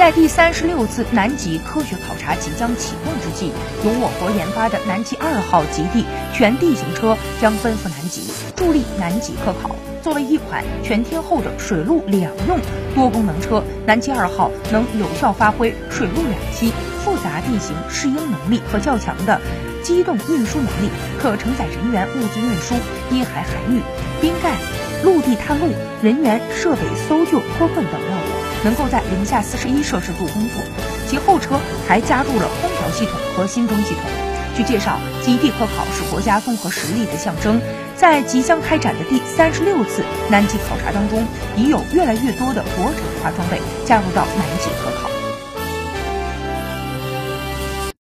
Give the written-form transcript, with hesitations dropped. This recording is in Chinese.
在第36次南极科学考察即将启动之际，由我国研发的南极2号极地全地形车将奔赴南极，助力南极科考。作为一款全天候的水陆两用多功能车，南极2号能有效发挥水陆两栖复杂地形适应能力和较强的机动运输能力，可承载人员、物资运输、滨海海域、冰盖、陆地探路、人员、设备搜救、脱困等任务，能够在零下41摄氏度工作。其后车还加入了空调系统和新风系统。据介绍，极地科考是国家综合实力的象征。在即将开展的第36次南极考察当中，已有越来越多的国产化装备加入到南极科考。